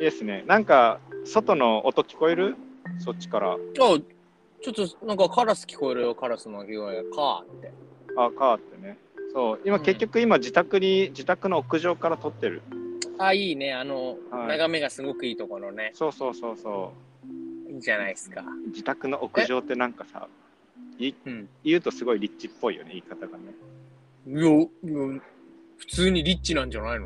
ですね。なんか、外の音聞こえる？そっちから。 ちょっとなんかカラス聞こえるよ、カラスの声がカーって。 あ、カーってね。そう。今、結局自宅の屋上から撮ってる。 いいね。 はい、 眺めがすごくいいところね。 そうそうそうそいいじゃないですか。 う。自宅の屋上ってなんかさ、言うとすごいリッチっぽいよね、言い方がね。 普通にリッチなんじゃないの？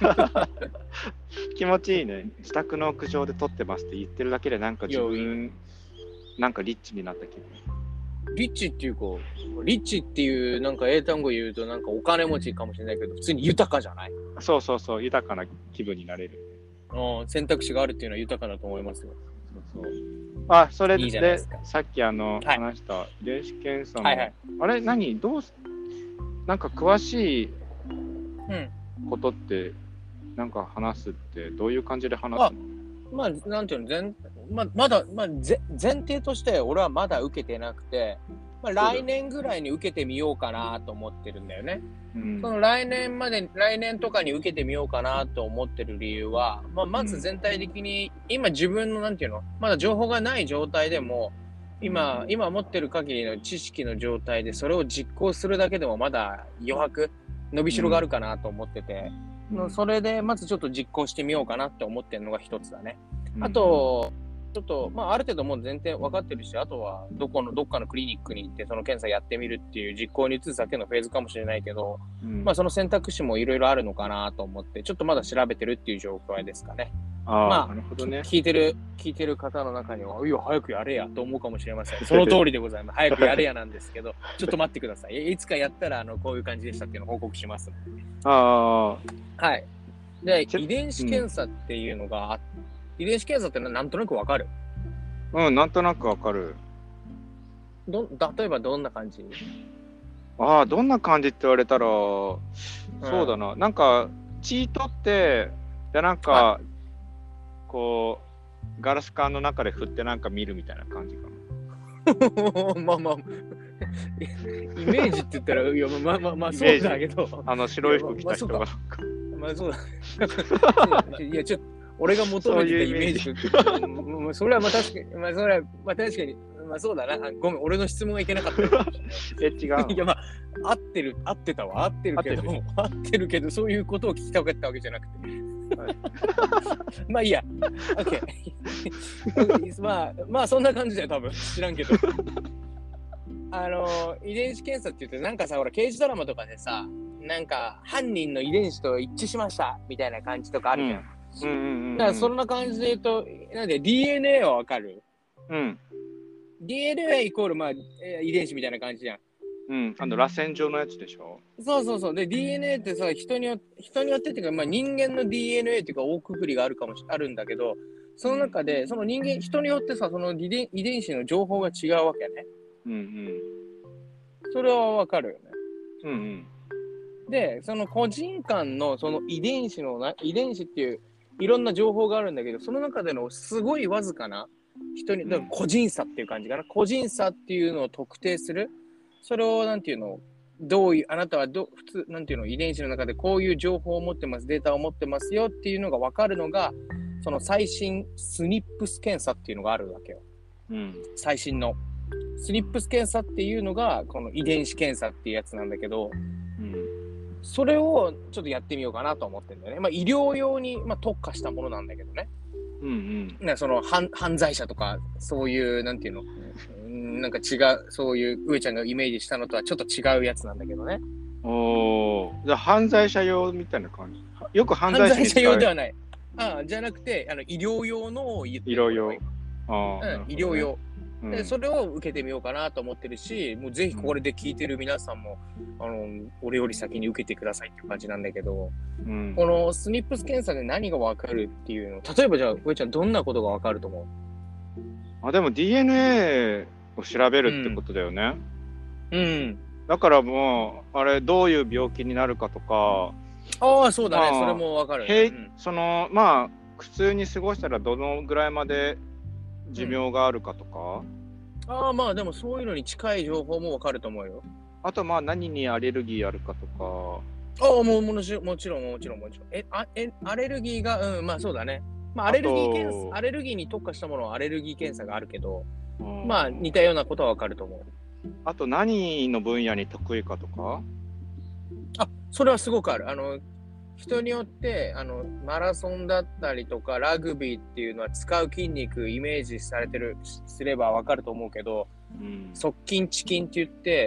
気持ちいいね。自宅の屋上で撮ってますって言ってるだけでなんか自分、なんかリッチになった気分。 リッチっていうか、リッチっていうなんか英単語言うとなんかお金持ちかもしれないけど、普通に豊かじゃない？ そうそうそう、豊かな気分になれる。 選択肢があるっていうのは豊かだと思いますよ。 そうそう。あ、それでいいじゃないですか。 さっき話した遺伝子検査の、 はいはい、 あれなんか詳しいことって、なんか話すってどういう感じで話すの？ まあ、なんていうの、まだ、前提として俺はまだ受けてなくて、来年ぐらいに受けてみようかなと思ってるんだよね。その来年とかに受けてみようかなと思ってる理由は、まず全体的に、今自分のなんていうの、まだ情報がない状態でも、今持ってる限りの知識の状態でそれを実行するだけでもまだ余白、伸びしろがあるかなと思ってて、それでまずちょっと実行してみようかなって思ってるのが一つだね。あと、ちょっと、ある程度もう前提分かってるし、あとはどっかのクリニックに行ってその検査やってみるっていう実行に移すだけのフェーズかもしれないけど、その選択肢もいろいろあるのかなと思って、ちょっとまだ調べてるっていう状況ですかね。 なるほどね。 聞いてる方の中には、いや、早くやれやと思うかもしれません。その通りでございます。早くやれやなんですけど、ちょっと待ってください。いつかやったら、こういう感じでしたっていうのを報告しますので。はい。で、遺伝子検査っていうのが遺伝子検査ってなんとなくわかる？ なんとなくわかる。 例えばどんな感じ？ どんな感じって言われたら、そうだな。なんか、血取って、で、なんか、こう、ガラス管の中で振ってなんか見るみたいな感じかな。 イメージって言ったら、いや、そうだけど。 白い服着た人が。 そうだ。いや、ちょっと、俺が求めてたイメージそれは確かに、そうだな。ごめん、俺の質問がいけなかった。 違う。 いや、合ってるけど、そういうことを聞きたかったわけじゃなくて。いいや。OK。そんな感じだよ、多分。知らんけど。遺伝子検査って言って、なんかさ、ほら、刑事ドラマとかでさ、なんか、犯人の遺伝子と一致しましたみたいな感じとかあるじゃん。だから、そんな感じで言うと、なんで DNA はわかる？DNA イコール、遺伝子みたいな感じじゃん。 螺旋状のやつでしょ？ そう。で、DNA ってさ、人によってっていうか、人間の DNA っていうか、大くくりがあるんだけど、その中で、その人によってさ、その遺伝子の情報が違うわけね。それはわかるよね。で、その個人間のその遺伝子っていういろんな情報があるんだけど、その中でのすごいわずかなだから個人差っていう感じかな。個人差っていうのを特定する。それをなんていうの、あなたは普通、なんていうの、遺伝子の中でこういう情報を持ってます、データを持ってますよっていうのが分かるのが、その最新スニップス検査っていうのがあるわけよ。最新の。スニップス検査っていうのが、この遺伝子検査っていうやつなんだけど、それをちょっとやってみようかなと思ってるんだよね。医療用に、特化したものなんだけどね。その犯罪者とか、そういう、なんていうの、なんか違う、そういう上ちゃんがイメージしたのとはちょっと違うやつなんだけどね。 じゃあ犯罪者用みたいな感じ。よく犯罪者用ではない。じゃなくて、医療用のを言ってる。 医療用。 医療用。でそれを受けてみようかなと思ってるし、もうぜひこれで聞いてる皆さんも、俺より先に受けてくださいっていう感じなんだけど、このスニップス検査で何が分かるっていうの、例えばじゃあ、上ちゃんどんなことが分かると思う？でも DNA を調べるってことだよね。だからもう、あれ、どういう病気になるかとか。 そうだね、それも分かる。 苦痛に過ごしたらどのぐらいまで寿命があるかとか。 でもそういうのに近い情報も分かると思うよ。 あと何にアレルギーあるかとか。 もちろん。アレルギーが、そうだね。 まあ、アレルギーに特化したものはアレルギー検査があるけど、まあ、似たたようなことはわかると思う。 あと何の分野に得意かとか？ それはすごくある。人によって、マラソンだったりとか、ラグビーっていうのは使う筋肉、イメージされてる、すればわかると思うけど、側筋、遅筋って言って、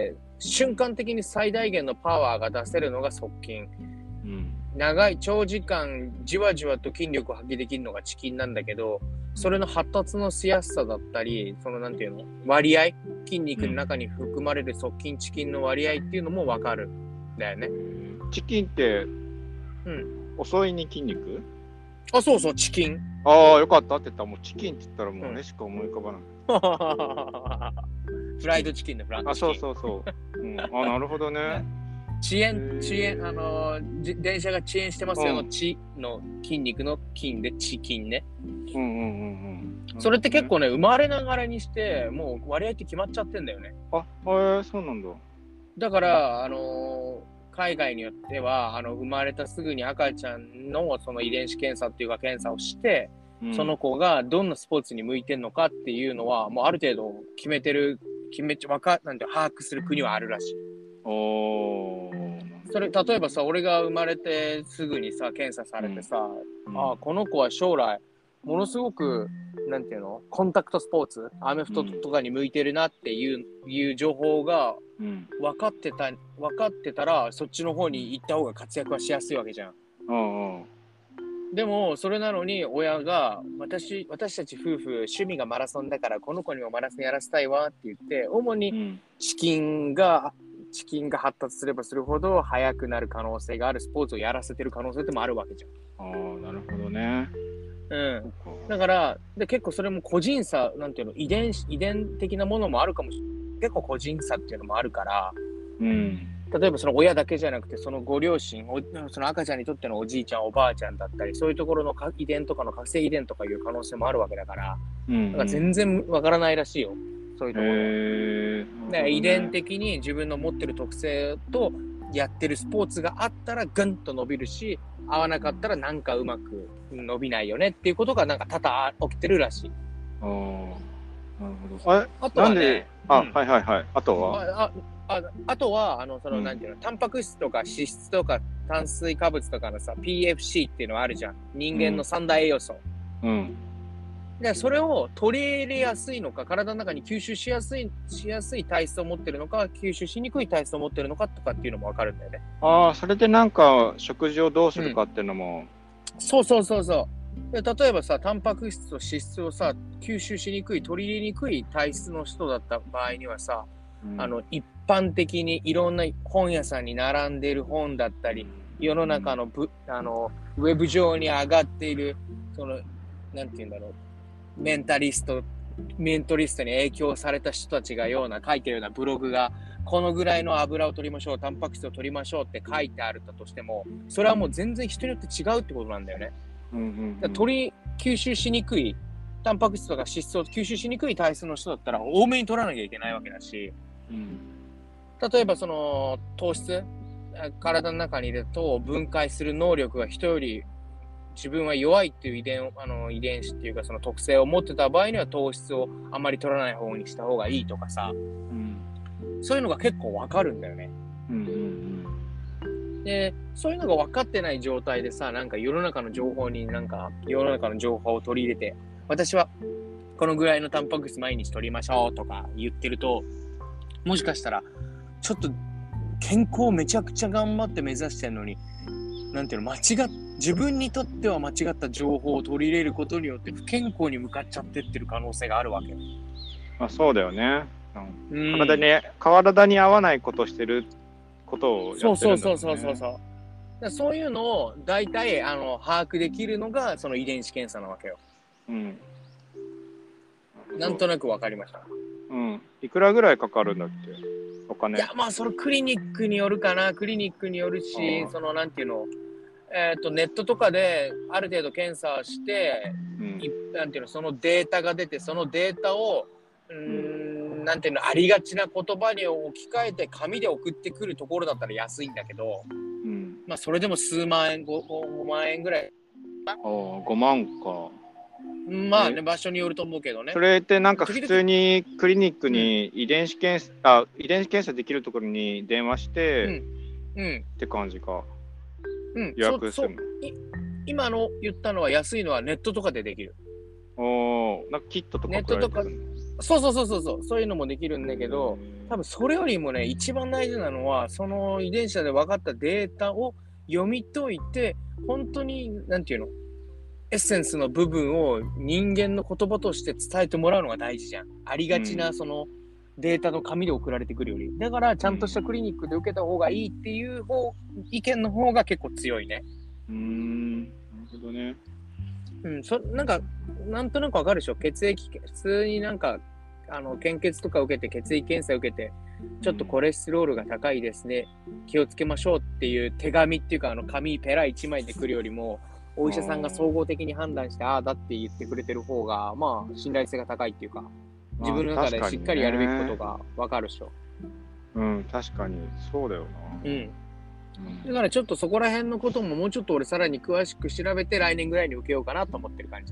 瞬間的に最大限のパワーが出せるのが側筋。長い長時間じわじわと筋力を発揮できるのが遅筋なんだけど、それの発達のしやすさだったり、そのなんていうの割合、筋肉の中に含まれる側筋遅筋の割合っていうのも分かるんだよね。 遅筋って遅いに筋肉？ そうそう、遅筋。 ああ、よかったって言ったら、もうチキンって言ったらもうねしか思い浮かばない。 フライドチキンのフランスチキン。 そうそうそう。なるほどね。 遅延、電車が遅延してますよの遅の筋肉の筋で遅筋ね。それって結構ね、生まれながらにして、もう割合って決まっちゃってんだよね。 そうなんだ。 だから、海外によっては、生まれたすぐに赤ちゃんのその遺伝子検査っていうか検査をして、その子がどんなスポーツに向いてるのかっていうのは、もうある程度なんて把握する国はあるらしい。それ、例えばさ、俺が生まれてすぐにさ、検査されてさ、この子は将来、ものすごく、なんていうの、コンタクトスポーツ、アメフトとかに向いてるなっていう情報が分かってたら、そっちの方に行った方が活躍はしやすいわけじゃん。でも、それなのに親が、私たち夫婦、趣味がマラソンだから、この子にもマラソンやらせたいわって言って、主に遅筋が発達すればするほど速くなる可能性があるスポーツをやらせてる可能性ってもあるわけじゃん。 なるほどね。 だから結構それも個人差、なんていうの、遺伝的なものもあるかもしれない。結構個人差っていうのもあるから、例えばその親だけじゃなくて、そのご両親、その赤ちゃんにとってのおじいちゃん、おばあちゃんだったり、そういうところの遺伝とかの覚醒遺伝とかいう可能性もあるわけだから、だから全然わからないらしいよ。そういうところ。だから遺伝的に自分の持ってる特性とやってるスポーツがあったらぐんと伸びるし、合わなかったらなんかうまく伸びないよねっていうことがなんか多々起きてるらしい。 なるほど。あとはね、あとはあとはなんていうの、タンパク質とか脂質とか炭水化物とかのさ、PFC っていうのはあるじゃん。人間の三大栄養素。で、それを取り入れやすいのか、体の中に吸収しやすい体質を持ってるのか、吸収しにくい体質を持ってるのかとかっていうのもわかるんだよね。 それでなんか食事をどうするかっていうのも。 そう。で、例えばさ、タンパク質と脂質をさ、吸収しにくい、取り入れにくい体質の人だった場合にはさ、一般的にいろんな本屋さんに並んでいる本だったり、世の中のウェブ上に上がっている、なんていうんだろう、メントリストに影響された人たちが書いてるようなブログが、このぐらいの油を取りましょう、タンパク質を取りましょうって書いてあるとしても、それはもう全然人によって違うってことなんだよね。吸収しにくい、タンパク質とか脂質を吸収しにくい体質の人だったら多めに取らなきゃいけないわけだし、例えばその糖質、体の中に入れると分解する能力が人より自分は弱いっていう遺伝子っていうかその特性を持ってた場合には糖質をあまり取らない方にした方がいいとかさ、そういうのが結構わかるんだよね。で、そういうのが分かってない状態でさ、なんか世の中の情報を取り入れて、私はこのぐらいのタンパク質毎日取りましょうとか言ってると、もしかしたらちょっと健康めちゃくちゃ頑張って目指してるのに、なんていうの、自分にとっては間違った情報を取り入れることによって不健康に向かっちゃってってる可能性があるわけよ。 そうだよね。体に合わないことしてることをやってるんだもんね。 そういうのを大体把握できるのがその遺伝子検査なわけよ。なんとなくわかりました。 いくらぐらいかかるんだっけ、お金。 いや、そのクリニックによるかな。クリニックによるし、なんていうの、ネットとかである程度検査して、なんていうの、そのデータが出て、そのデータをなんていうの、ありがちな言葉に置き換えて紙で送ってくるところだったら安いんだけど、それでも数万円、5万円ぐらい。 5万か。 まあね、場所によると思うけどね。 それってなんか普通にクリニックに遺伝子検査できるところに電話して、って感じか。予約するの。 今の言ったのは安いのはネットとかでできる。 なんかキットとかネットとか、そういうのもできるんだけど、多分それよりもね、一番大事なのは、その遺伝子で分かったデータを読み解いて、本当に、なんていうの、エッセンスの部分を人間の言葉として伝えてもらうのが大事じゃん。ありがちなそのデータの紙で送られてくるより。だからちゃんとしたクリニックで受けた方がいいっていう意見の方が結構強いね。 なるほどね。 なんとなくわかるでしょ。普通になんか献血とか受けて血液検査受けてちょっとコレステロールが高いですね。気をつけましょうっていう手紙っていうか紙ペラ1枚で来るよりも。お医者さんが総合的に判断して、ああだって言ってくれてる方が、まあ、信頼性が高いっていうか、自分の中でしっかりやるべきことが分かるでしょ。 確かに、そうだよな。 だからちょっとそこら辺のことももうちょっと俺さらに詳しく調べて来年ぐらいに受けようかなと思ってる感じ。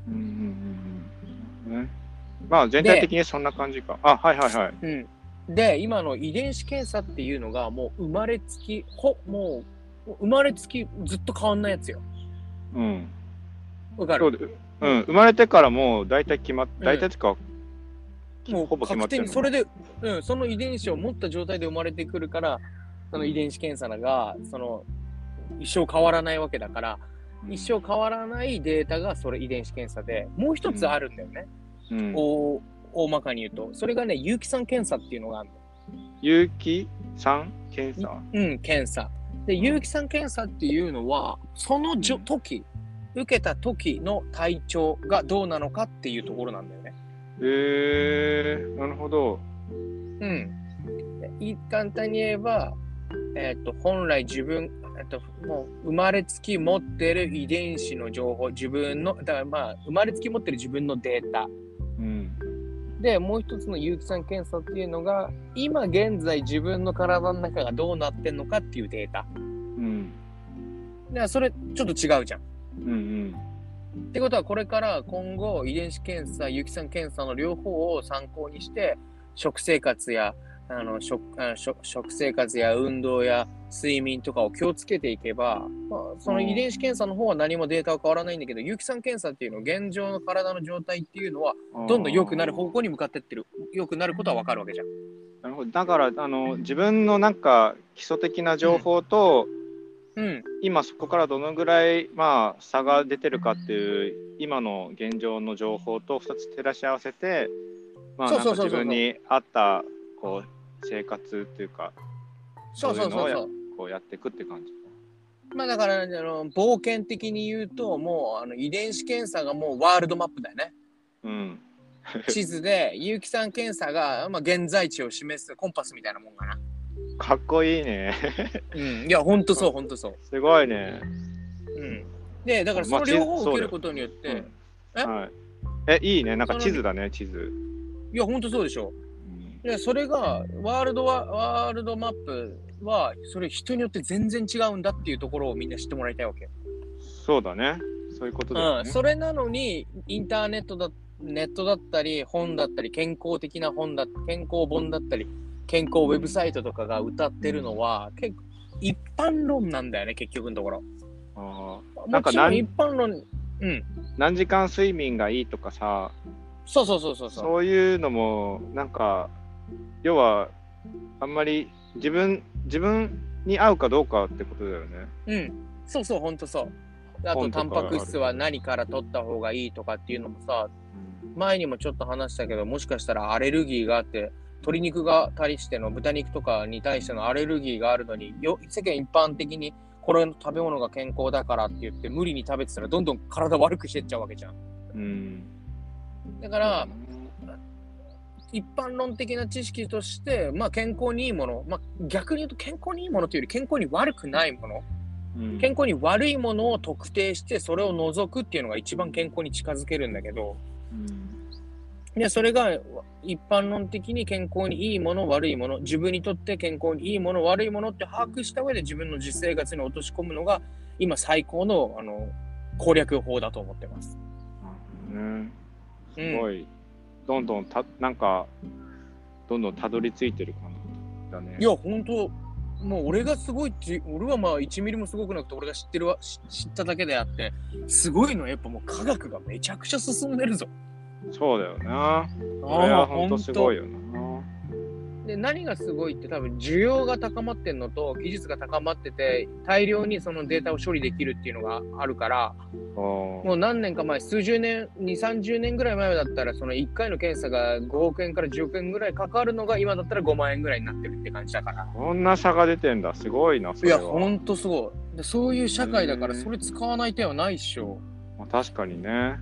まあ全体的にそんな感じか。はいはいはい。 で、今の遺伝子検査っていうのがもう生まれつきずっと変わんないやつよ。わかる。 生まれてからもう大体決まって、大体とか、 もうほぼ決まってる。それで、その遺伝子を持った状態で生まれてくるから、その遺伝子検査が、一生変わらないわけだから、一生変わらないデータがそれ遺伝子検査で、もう一つあるんだよね。大まかに言うと。それがね、有機酸検査っていうのがあるの。 有機酸検査？ 検査。で、有機酸検査っていうのは、その受けた時の体調がどうなのかっていうところなんだよね。 なるほど。 簡単に言えば、本来もう生まれつき持ってる遺伝子の情報、だからまあ、生まれつき持ってる自分のデータ。で、もう一つの有機酸検査っていうのが、今現在自分の体の中がどうなってんのかっていうデータ。それちょっと違うじゃん。ってことはこれから今後遺伝子検査、有機酸検査の両方を参考にして食生活や運動や睡眠とかを気をつけていけば、その遺伝子検査の方は何もデータは変わらないんだけど、有機酸検査っていうのは現状の体の状態っていうのはどんどん良くなる方向に向かってってる。良くなることは分かるわけじゃん。 なるほど。だから自分のなんか基礎的な情報と、今そこからどのぐらい、差が出てるかっていう今の現状の情報と2つ照らし合わせて、なんか自分に合ったこう生活っていうかそういうのをこうやっていくって感じ。 だから冒険的に言うともう遺伝子検査がもうワールドマップだよね。地図で有機酸検査が、現在地を示すコンパスみたいなもんかな。 かっこいいね。 いや、ほんとそう。 すごいね。 で、だからその両方を受けることによって、 いいね。なんか地図だね、地図。 いや、ほんとそうでしょ。で、それがワールドマップは、それ人によって全然違うんだっていうところをみんな知ってもらいたいわけ。 そうだね。そういうことだよね。 それなのに、ネットだったり、本だったり、健康本だったり、健康ウェブサイトとかが歌ってるのは、結構一般論なんだよね、結局のところ。 なんか一般論、 何時間睡眠がいいとかさ、そういうのもなんか要はあんまり自分に合うかどうかってことだよね。 ほんとそう。あとタンパク質は何から取った方がいいとかっていうのもさ、前にもちょっと話したけど、もしかしたらアレルギーがあって、鶏肉が対しての豚肉とかに対してのアレルギーがあるのに、世間一般的にこれの食べ物が健康だからって言って無理に食べてたらどんどん体悪くしてっちゃうわけじゃん。だから一般論的な知識として、健康にいいもの、逆に言うと健康にいいものというより健康に悪くないもの、健康に悪いものを特定してそれを除くっていうのが一番健康に近づけるんだけど、でそれが一般論的に健康にいいもの悪いもの、自分にとって健康にいいもの悪いものって把握した上で自分の実生活に落とし込むのが今最高の攻略法だと思ってます。 ね。すごい、どんどんたどり着いてる感じだね。 いや、ほんと、もう俺がすごいって、俺はまあ1ミリもすごくなくて、俺が知っただけであって、すごいのはやっぱもう科学がめちゃくちゃ進んでるぞ。 そうだよな。これはほんとすごいよな。 で、何がすごいって多分需要が高まってんのと技術が高まってて大量にそのデータを処理できるっていうのがあるから、もう何年か前、数十年、2、30年ぐらい前だったらその1回の検査が5億円から10億円ぐらいかかるのが今だったら5万円ぐらいになってるって感じだから。 こんな差が出てんだ。すごいな、そいれは。 や、ほんとすごい。で、そういう社会だからそれ使わない手はないっしょ。 確かにね。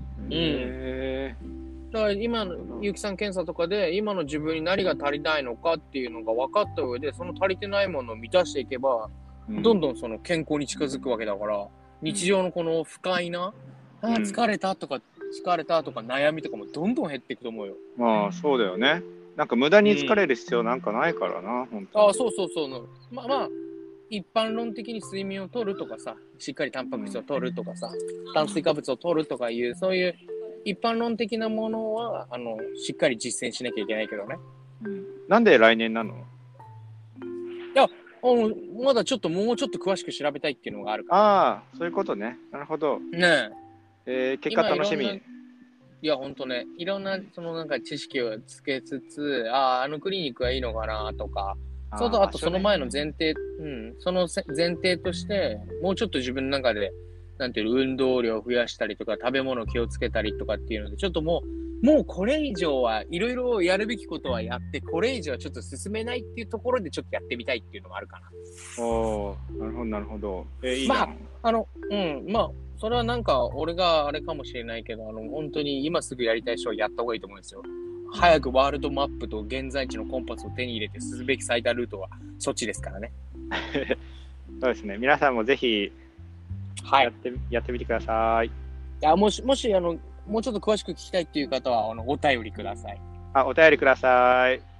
だから今のゆきさん検査とかで今の自分に何が足りないのかっていうのが分かった上でその足りてないものを満たしていけば、どんどんその健康に近づくわけだから、日常のこの不快な、疲れたとか悩みとかもどんどん減っていくと思うよ。 まあそうだよね。なんか無駄に疲れる必要なんかないからな、本当に。 そうまあ一般論的に睡眠をとるとかさ、しっかりタンパク質をとるとかさ、炭水化物をとるとかいうそういう一般論的なものはしっかり実践しなきゃいけないけどね。 なんで来年なの？ いや、まだもうちょっと詳しく調べたいっていうのがあるから。 ああ、そういうことね。なるほど。 ね結果楽しみ。 いや、ほんとね、いろんなそのなんか知識をつけつつ、あのクリニックはいいのかなとか、あとその前の前提、その前提として、もうちょっと自分の中でなんていう運動量を増やしたりとか、食べ物を気をつけたりとかっていうので、ちょっともうこれ以上はいろいろやるべきことはやって、これ以上はちょっと進めないっていうところでちょっとやってみたいっていうのがあるかな。 なるほど。いいまあ、それはなんか、俺があれかもしれないけど、本当に今すぐやりたい人はやった方がいいと思うんですよ。早くワールドマップと現在地のコンパスを手に入れて進むべき最短ルートはそっちですからね。 そうですね。皆さんもぜひ、やってみてください。いや、もしもうちょっと詳しく聞きたいっていう方は、お便りください。 お便りください。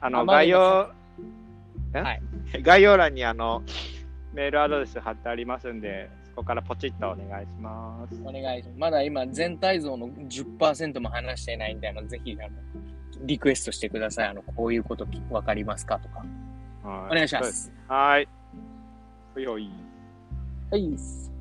概要欄にメールアドレス貼ってありますんで、そこからポチッとお願いします。 お願いします。まだ今、全体像の 10% も話してないんで、ぜひリクエストしてください。こういうこと分かりますかとか。お願いします。 はい。ほいほい。 はい。